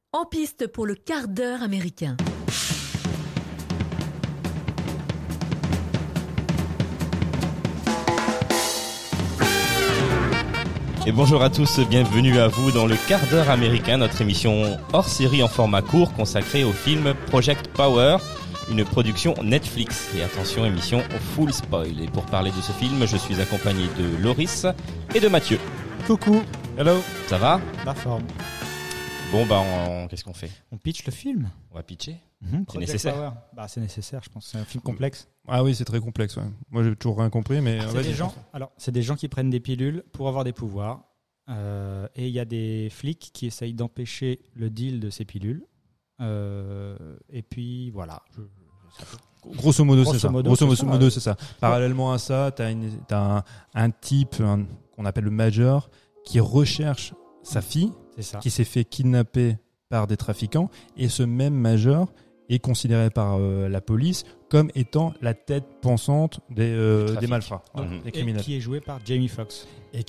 En piste pour le quart d'heure américain. Et bonjour à tous, bienvenue à vous dans le quart d'heure américain, notre émission hors série en format court consacrée au film Project Power, une production Netflix. Et attention, émission au full spoil. Et pour parler de ce film, je suis accompagné de Loris et de Mathieu. Coucou. Hello. Ça va ? La forme. Bon, qu'est-ce qu'on fait ? On pitch le film. On va pitcher ? C'est nécessaire. C'est nécessaire, je pense. C'est un film complexe. Ah oui, c'est très complexe. Ouais. Moi, j'ai toujours rien compris, mais c'est des gens qui prennent des pilules pour avoir des pouvoirs. Et il y a des flics qui essayent d'empêcher le deal de ces pilules. Et puis voilà. Grosso modo, c'est ça. Parallèlement à ça, t'as un type qu'on appelle le Major qui recherche sa fille, qui s'est fait kidnapper par des trafiquants, et ce même Major est considéré par la police comme étant la tête pensante des malfrats, des criminels. Et qui est joué par Jamie Foxx.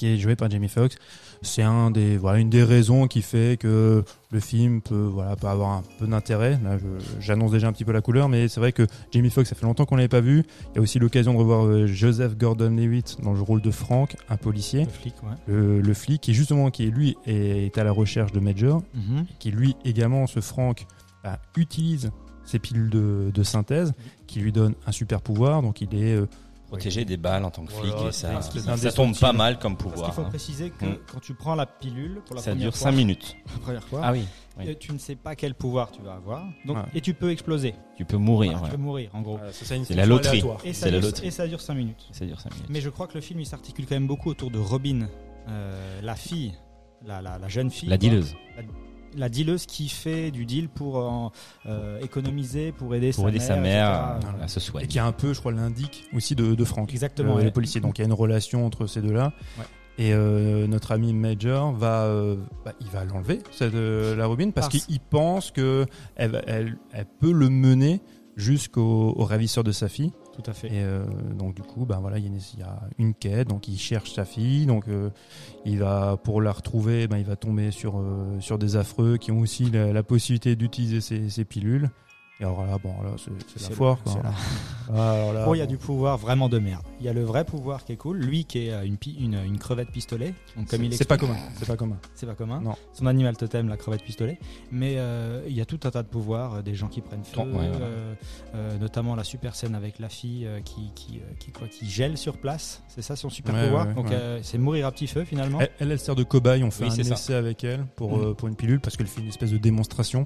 C'est une des raisons qui fait que le film peut avoir un peu d'intérêt. Là, j'annonce déjà un petit peu la couleur, mais c'est vrai que Jamie Foxx, ça fait longtemps qu'on l'avait pas vu. Il y a aussi l'occasion de revoir Joseph Gordon-Levitt dans le rôle de Frank, un policier. Le flic, qui lui est à la recherche de Major, qui lui également, ce Frank, utilise ces pilules de synthèse qui lui donnent un super pouvoir, donc il est protégé des balles en tant que flic, et ça tombe pas mal comme pouvoir. Parce qu'il faut préciser que quand tu prends la pilule pour la ça première dure fois, 5 minutes. La première fois, ah oui. Tu ne sais pas quel pouvoir tu vas avoir, donc et tu peux exploser. Tu peux mourir. Tu peux mourir en gros. C'est la loterie. Et ça dure 5 minutes. Mais je crois que le film il s'articule quand même beaucoup autour de Robin, la fille, la jeune fille. La dealeuse. La dealeuse qui fait du deal pour économiser, pour aider sa mère à se soigner. Et qui a un peu, je crois, l'indique aussi de Frank. Exactement. Le policier. Donc il y a une relation entre ces deux-là. Ouais. Et notre ami Major va l'enlever, la Robin, parce qu'il pense que elle peut le mener jusqu'au ravisseur de sa fille. Tout à fait. Et donc du coup, il y a une quête, donc il cherche sa fille, donc il va, pour la retrouver, il va tomber sur des affreux qui ont aussi la possibilité d'utiliser ces pilules. Et alors là, c'est la foire, quoi. Il y a du pouvoir vraiment de merde. Il y a le vrai pouvoir qui est cool, lui qui est une crevette pistolet. Donc, comme c'est pas commun. C'est pas commun. Non. Son animal totem, la crevette pistolet. Mais il y a tout un tas de pouvoirs, des gens qui prennent feu, notamment la super scène avec la fille qui gèle sur place. C'est ça son super pouvoir. Donc c'est mourir à petit feu finalement. Elle sert de cobaye. On fait un essai avec elle pour une pilule parce qu'elle fait une espèce de démonstration.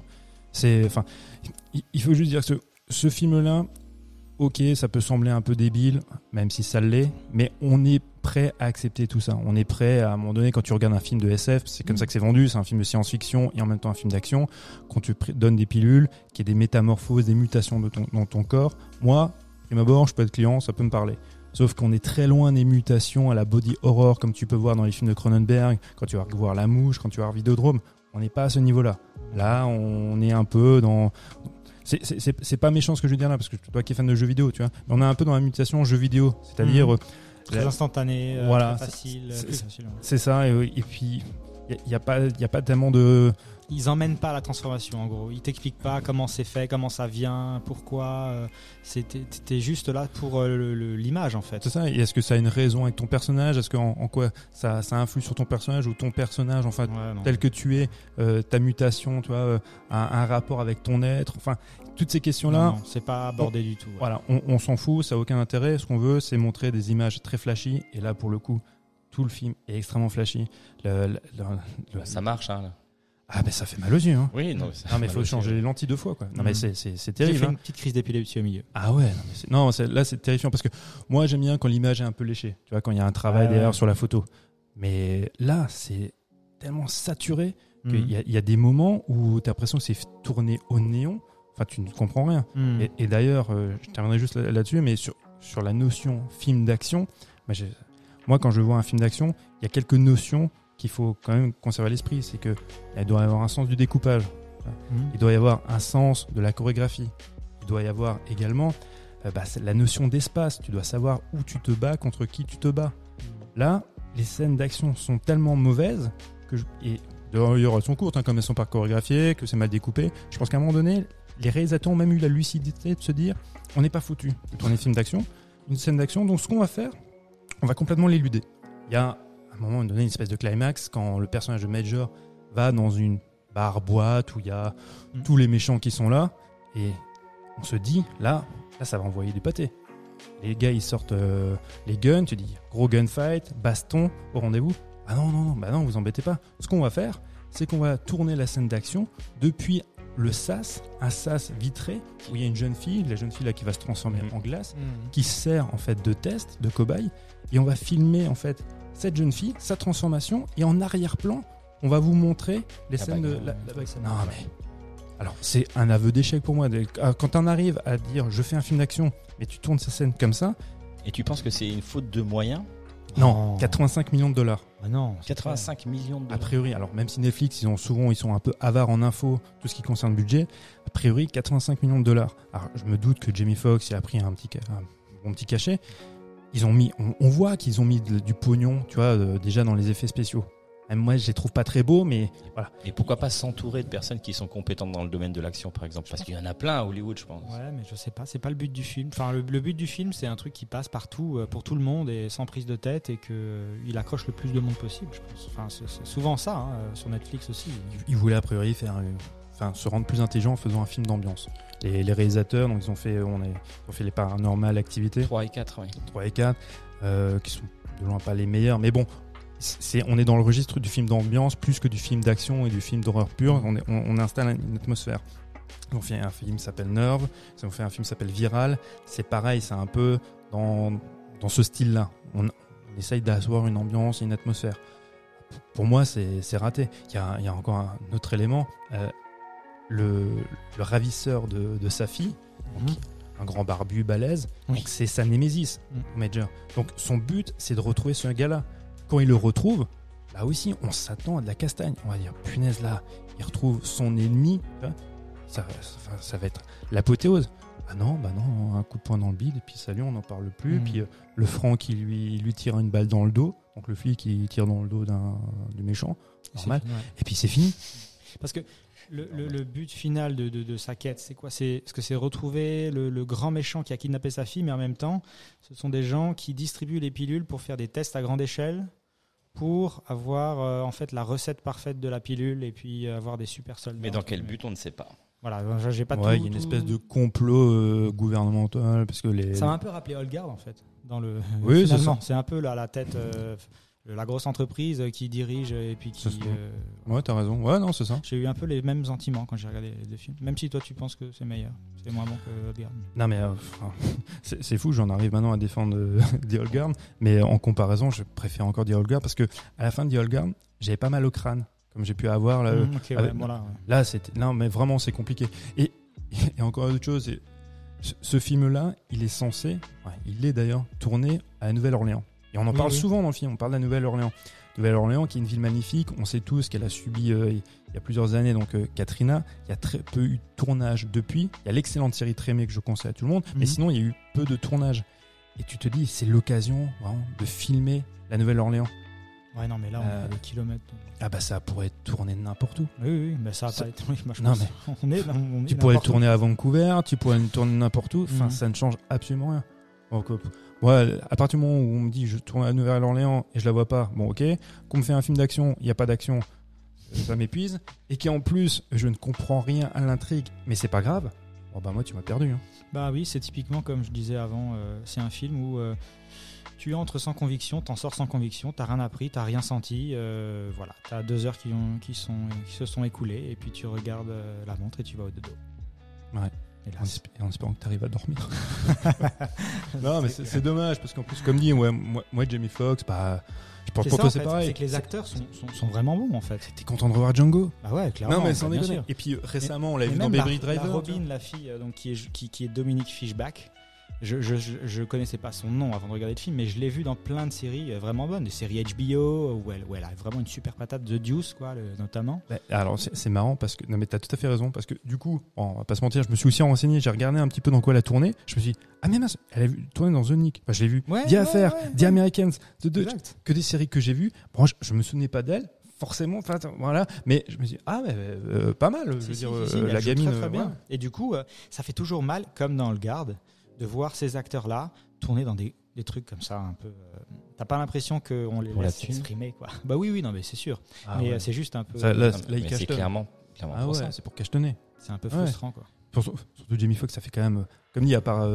Il faut juste dire que ce film-là, ok, ça peut sembler un peu débile, même si ça l'est, mais on est prêt à accepter tout ça. On est prêt à un moment donné, quand tu regardes un film de SF, c'est comme ça que c'est vendu, c'est un film de science-fiction et en même temps un film d'action, quand tu donnes des pilules, qu'il y ait des métamorphoses, des mutations dans ton corps, moi, prime abord, je peux être client, ça peut me parler. Sauf qu'on est très loin des mutations à la body horror, comme tu peux voir dans les films de Cronenberg, quand tu vas voir La Mouche, quand tu vas voir Vidéodrome. On n'est pas à ce niveau-là. Là, on est un peu dans... C'est pas méchant ce que je veux dire là, parce que toi qui es fan de jeux vidéo, tu vois. Mais on est un peu dans la mutation jeux vidéo, c'est-à-dire... Très instantané, très facile. C'est ça, et puis il n'y a pas tellement de... Ils emmènent pas la transformation, en gros. Ils t'expliquent pas comment c'est fait, comment ça vient, pourquoi. T'es juste là pour l'image, en fait. C'est ça. Et est-ce que ça a une raison avec ton personnage ? Est-ce en quoi ça influe sur ton personnage, ou ton personnage, enfin, tel que tu es, ta mutation, tu vois, un rapport avec ton être, enfin, toutes ces questions-là. Non, c'est pas abordé du tout. Ouais. Voilà, on s'en fout, ça a aucun intérêt. Ce qu'on veut, c'est montrer des images très flashy. Et là, pour le coup, tout le film est extrêmement flashy. Ça marche, hein, là. Ah ben ça fait mal aux yeux, hein. Oui, non mais il faut changer les lentilles 2 fois, quoi. Non mais c'est terrible. J'ai fait une petite crise d'épilepsie au milieu. Ah ouais, là c'est terrifiant parce que moi j'aime bien quand l'image est un peu léchée, tu vois, quand il y a un travail derrière sur la photo. Mais là c'est tellement saturé qu'il y a des moments où t'as l'impression que c'est tourné au néon. Enfin, tu ne comprends rien. Et d'ailleurs, je terminerai juste là-dessus, mais sur la notion film d'action, moi quand je vois un film d'action, il y a quelques notions qu'il faut quand même conserver à l'esprit, c'est qu'il doit y avoir un sens du découpage, il doit y avoir un sens de la chorégraphie, il doit y avoir également la notion d'espace, tu dois savoir où tu te bats, contre qui tu te bats. Là, les scènes d'action sont tellement mauvaises et D'ailleurs, elles sont courtes, comme elles sont pas chorégraphiées, que c'est mal découpé. Je pense qu'à un moment donné, les réalisateurs ont même eu la lucidité de se dire, on n'est pas foutu de tourner une scène d'action. Donc ce qu'on va faire, on va complètement l'éluder. Il y a à un moment donné une espèce de climax quand le personnage de Major va dans une bar-boîte où il y a tous les méchants qui sont là, et on se dit, là ça va envoyer du pâté. Les gars, ils sortent les guns, tu dis, gros gunfight, baston, au rendez-vous. Ah non, vous embêtez pas. Ce qu'on va faire, c'est qu'on va tourner la scène d'action depuis le sas, un sas vitré, où il y a une jeune fille, la jeune fille là qui va se transformer en glace, qui sert en fait de test, de cobaye, et on va filmer en fait cette jeune fille, sa transformation, et en arrière-plan, on va vous montrer les scènes de la Non mais... Alors, c'est un aveu d'échec pour moi. Quand on arrive à dire, je fais un film d'action, mais tu tournes sa scène comme ça... Et tu penses que c'est une faute de moyens ? Non, 85 millions de dollars. Ah non, 85 millions de dollars. A priori, alors même si Netflix, ils sont un peu avares en info, tout ce qui concerne le budget, a priori, 85 millions de dollars. Alors, je me doute que Jamie Foxx a pris un bon petit cachet. Ils ont mis, on voit qu'ils ont mis du pognon, tu vois, déjà dans les effets spéciaux. Même moi, je les trouve pas très beaux, mais voilà. Et pourquoi pas s'entourer de personnes qui sont compétentes dans le domaine de l'action, par exemple ? Parce qu'il y en a plein à Hollywood, je pense. Ouais, mais je sais pas, c'est pas le but du film. Enfin, le but du film, c'est un truc qui passe partout, pour tout le monde et sans prise de tête, et qu'il accroche le plus de monde possible, je pense. Enfin, c'est souvent ça, sur Netflix aussi. Ils voulaient a priori se rendre plus intelligent en faisant un film d'ambiance. Les réalisateurs, donc ils ont fait les Paranormal Activity 3 et 4, oui. 3 et 4, qui sont de loin pas les meilleurs, mais bon. On est dans le registre du film d'ambiance plus que du film d'action et du film d'horreur pure. On installe une atmosphère. Ils ont fait un film qui s'appelle Nerve, ils ont fait un film qui s'appelle Viral. C'est pareil, c'est un peu dans ce style-là. On essaye d'asseoir une ambiance et une atmosphère. Pour moi, c'est raté. Il y a encore un autre élément. Le ravisseur de sa fille, donc, un grand barbu balèze, donc c'est sa némésis, Major. Donc son but, c'est de retrouver ce gars-là. Quand il le retrouve, là aussi, on s'attend à de la castagne. On va dire, punaise, là, il retrouve son ennemi. Ça va être l'apothéose. Ah non, un coup de poing dans le bide, et puis salut, on n'en parle plus. Puis le franc qui lui tire une balle dans le dos. Donc le flic qui tire dans le dos du méchant. Normal. Fini, ouais. Et puis c'est fini. Parce que le but final de sa quête, c'est quoi ? Est-ce que c'est retrouver le grand méchant qui a kidnappé sa fille, mais en même temps, ce sont des gens qui distribuent les pilules pour faire des tests à grande échelle, pour avoir en fait la recette parfaite de la pilule et puis avoir des super soldats. Mais dans quel but, on ne sait pas. Voilà, j'ai pas tout. Il y a une espèce de complot gouvernemental parce que ça m'a un peu rappelé Holgard en fait. Oui, finalement, c'est un peu la tête. La grosse entreprise qui dirige et puis qui... Ouais, t'as raison. Ouais, non, c'est ça. J'ai eu un peu les mêmes sentiments quand j'ai regardé les films. Même si toi, tu penses que c'est meilleur. C'est moins bon que Old Guard. Non, mais c'est fou. J'en arrive maintenant à défendre The Old Guard. Mais en comparaison, je préfère encore The Old Guard parce que à la fin de The Old Guard, j'avais pas mal au crâne, comme j'ai pu avoir. Là, Là, non, mais vraiment, c'est compliqué. Et encore autre chose, ce film-là, il est censé... il est d'ailleurs tourné à Nouvelle-Orléans. Et on en parle souvent dans le film, on parle de la Nouvelle-Orléans. Nouvelle-Orléans qui est une ville magnifique, on sait tous qu'elle a subi il y a plusieurs années, donc Katrina, il y a très peu eu de tournage depuis. Il y a l'excellente série Trémé que je conseille à tout le monde, mais sinon il y a eu peu de tournage. Et tu te dis, c'est l'occasion vraiment de filmer la Nouvelle-Orléans. Ouais, non, mais là, on a des kilomètres. Ah bah ça pourrait être tourné n'importe où. Oui, mais ça va pas être... Oui, moi, je non, pense mais tu pourrais le tourner à Vancouver, tu pourrais le tourner n'importe où, enfin ça ne change absolument rien. Donc, à partir du moment où on me dit je tourne à Nouvelle-Orléans et je la vois pas, bon ok, qu'on me fait un film d'action, il n'y a pas d'action, ça m'épuise, et qu'en plus je ne comprends rien à l'intrigue, mais c'est pas grave, moi tu m'as perdu. Bah oui, c'est typiquement comme je disais avant, c'est un film où tu entres sans conviction, t'en sors sans conviction, t'as rien appris, t'as rien senti, voilà, t'as 2 heures qui se sont écoulées, et puis tu regardes la montre et tu vas au dodo. Ouais. En espérant que tu arrives à dormir. Non, mais c'est dommage parce qu'en plus, comme dit, moi Jamie Foxx, je pense pour toi c'est pareil. C'est que les acteurs sont vraiment bons en fait. T'es content de revoir Django ? Ah ouais, clairement. Non, mais sans déconner. Et puis récemment, on l'a vu dans Baby Driver. La Robin, la fille donc, qui est Dominique Fishback. Je connaissais pas son nom avant de regarder le film, mais je l'ai vu dans plein de séries vraiment bonnes, des séries HBO où elle a vraiment une super patate, The Deuce notamment. Alors c'est marrant parce que non mais t'as tout à fait raison parce que du coup, on va pas se mentir, je me suis aussi renseigné, j'ai regardé un petit peu dans quoi elle a tourné, je me suis dit ah mais mince, elle a tourné dans The Nick, je l'ai vu, The Affair, The Americans, que des séries que j'ai vues. Bon, je me souvenais pas d'elle. forcément, voilà. Mais je me dis, pas mal. Je veux dire, la gamine. Très bien. Et du coup, ça fait toujours mal, comme dans Le Garde, de voir ces acteurs-là tourner dans des trucs comme ça, un peu. T'as pas l'impression qu'on les laisse s'exprimer, quoi. Bah oui, non, mais c'est sûr. Mais c'est juste un peu. Là, il cache clairement pour ça. C'est pour cachetonner. C'est un peu frustrant, quoi. Surtout Jamie Foxx, ça fait quand même, comme dit, à part.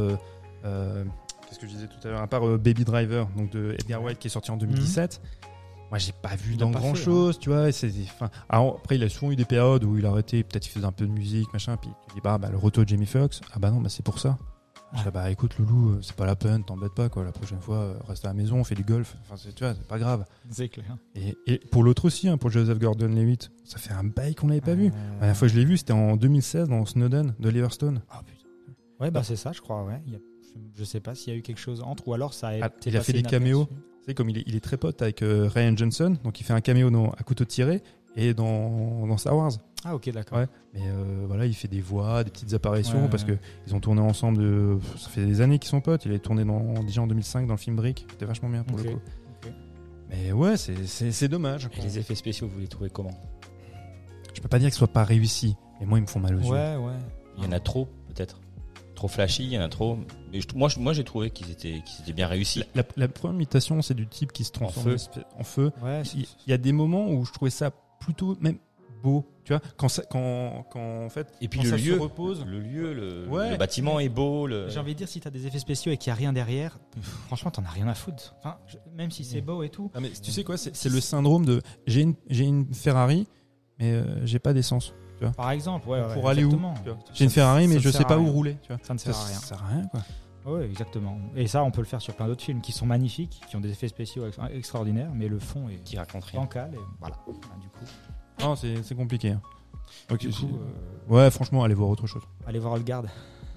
Qu'est-ce que je disais tout à l'heure, à part Baby Driver, donc de Edgar Wright qui est sorti en 2017. Moi, j'ai pas vu grand chose, tu vois. Alors, après, il a souvent eu des périodes où il a arrêté, peut-être il faisait un peu de musique, machin, puis tu dis, le retour de Jamie Foxx, non, c'est pour ça. Je dis, écoute, Loulou, c'est pas la peine, t'embête pas, quoi. La prochaine fois, reste à la maison, on fait du golf. Tu vois, c'est pas grave. C'est clair. Et pour l'autre aussi, pour Joseph Gordon-Levitt, ça fait un bail qu'on l'avait pas vu. La dernière fois que je l'ai vu, c'était en 2016 dans Snowden de Liverstone. Ah, putain. Ouais, c'est ça, je crois, ouais. Je sais pas s'il y a eu quelque chose entre, ou alors ça a été. Il a fait des caméos. Tu sais, comme il est très pote avec Ryan Johnson, donc il fait un caméo à couteau tiré et dans Star Wars. Ah, ok, d'accord. Ouais. Mais voilà, il fait des voix, des petites apparitions parce que ils ont tourné ensemble. Ça fait des années qu'ils sont potes. Il a tourné déjà en 2005 dans le film Brick. C'était vachement bien pour le coup. Okay. Mais ouais, c'est dommage. Et les effets spéciaux, vous les trouvez comment? Je peux pas dire que ce soit pas réussi. Mais moi, ils me font mal aux yeux. Ouais. Il y en a trop, peut-être. Trop flashy, il y en a trop. Mais moi j'ai trouvé qu'ils étaient bien réussis. La première imitation, c'est du type qui se transforme en feu. Ouais, il y a des moments où je trouvais ça plutôt même beau, tu vois, quand en fait. Et puis quand le ça lieu, se repose, le bâtiment est beau. J'ai envie de dire, si t'as des effets spéciaux et qu'il y a rien derrière, franchement, t'en as rien à foutre. Enfin, même si c'est beau et tout. Ah, mais tu sais quoi, c'est le syndrome de j'ai une Ferrari, mais j'ai pas d'essence. Par exemple, pour aller où? J'ai une Ferrari, mais je sais pas où rouler. Tu vois. Ça ne sert à rien. Ça sert à rien, quoi. Oui, exactement. Et ça, on peut le faire sur plein d'autres films qui sont magnifiques, qui ont des effets spéciaux extraordinaires, mais le fond est qui raconte rien. Bancal. Et voilà. Du coup. Non, c'est compliqué. Hein. Okay, du coup, ouais, franchement, allez voir autre chose. Allez voir Le Garde.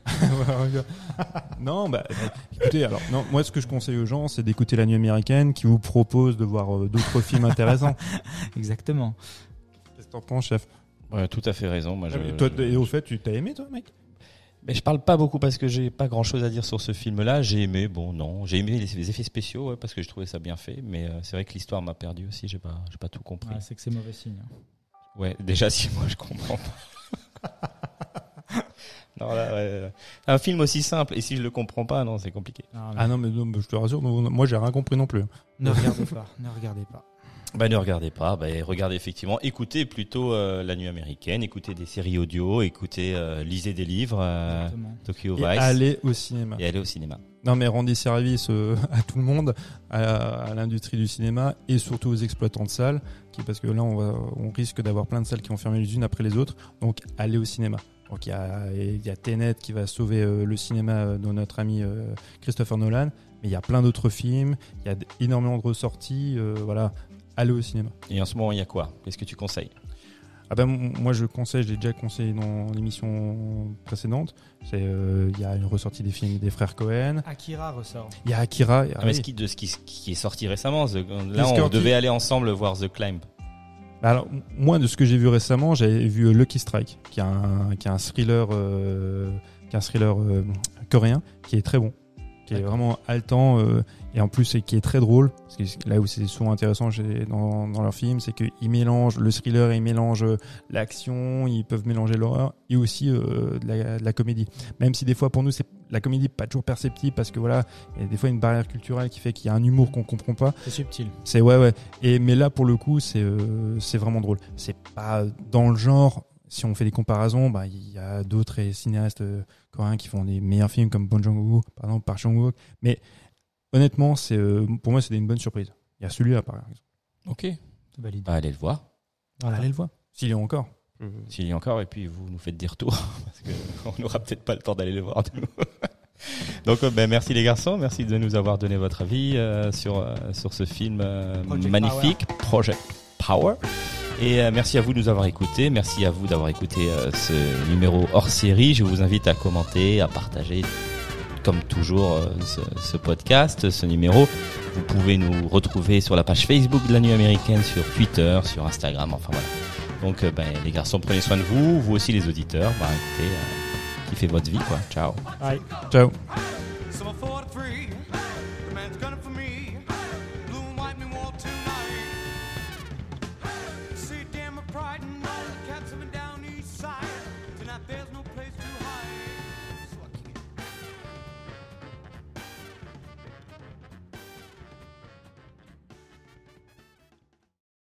Non, écoutez, alors, non, moi, ce que je conseille aux gens, c'est d'écouter La Nuit Américaine, qui vous propose de voir d'autres films intéressants. Exactement. Qu'est-ce que t'en penses, chef? Ouais, tout à fait raison. Moi, et au fait, tu t'as aimé, toi, mec? Mais je parle pas beaucoup parce que j'ai pas grand chose à dire sur ce film-là. J'ai aimé, j'ai aimé les effets spéciaux, parce que je trouvais ça bien fait. Mais c'est vrai que l'histoire m'a perdu aussi. J'ai pas tout compris. Ouais, c'est que c'est mauvais signe. Ouais, déjà si moi je comprends pas. Non, là, un film aussi simple et si je le comprends pas, non, c'est compliqué. Non, mais je te rassure, moi j'ai rien compris non plus. Ne regardez pas. Ne regardez pas, regardez effectivement, écoutez plutôt La Nuit Américaine, écoutez des séries audio, lisez des livres, Tokyo Vice. Et allez au cinéma. Non, mais rendez service à tout le monde, à l'industrie du cinéma et surtout aux exploitants de salles, parce que là on risque d'avoir plein de salles qui vont fermer les unes après les autres, donc allez au cinéma. Donc il y a Tenet qui va sauver le cinéma de notre ami Christopher Nolan, mais il y a plein d'autres films, il y a énormément de ressorties, voilà. Allez au cinéma. Et en ce moment, il y a quoi? Qu'est-ce que tu conseilles? Moi, je l'ai déjà conseillé dans l'émission précédente. Il y a une ressortie des films des frères Cohen. Akira ressort. Il y a Akira. Mais de ce qui est sorti récemment. Là, on devait aller ensemble voir The Climb. Alors, moi, de ce que j'ai vu récemment, j'avais vu Lucky Strike, qui est un thriller, coréen, qui est très bon, qui est vraiment haletant. Et en plus, qui est très drôle, parce que là où c'est souvent intéressant dans leurs films, c'est qu'ils mélangent le thriller et ils mélangent l'action, ils peuvent mélanger l'horreur et aussi de la comédie. Même si des fois pour nous, la comédie pas toujours perceptible parce que voilà, il y a des fois une barrière culturelle qui fait qu'il y a un humour qu'on comprend pas. C'est subtil. C'est ouais. Mais là pour le coup, c'est vraiment drôle. C'est pas dans le genre. Si on fait des comparaisons, il y a d'autres cinéastes coréens qui font des meilleurs films comme Bong Joon-ho, par exemple, Park Chan-wook, mais honnêtement, pour moi, c'était une bonne surprise. Il y a celui-là, par exemple. Ok. Valide. Allez le voir. Voilà. Allez le voir. S'il y a encore. S'il y a encore, et puis vous nous faites des retours, parce qu'on n'aura peut-être pas le temps d'aller le voir de nous. Donc, merci les garçons, merci de nous avoir donné votre avis sur ce film magnifique, Project Power. Et merci à vous de nous avoir écoutés, merci à vous d'avoir écouté ce numéro hors série. Je vous invite à commenter, à partager comme toujours ce podcast, ce numéro. Vous pouvez nous retrouver sur la page Facebook de La Nuit Américaine, sur Twitter, sur Instagram, enfin voilà. Donc les garçons, prenez soin de vous, vous aussi les auditeurs. Écoutez, kiffez votre vie, quoi. Ciao. Bye. Ciao. apenas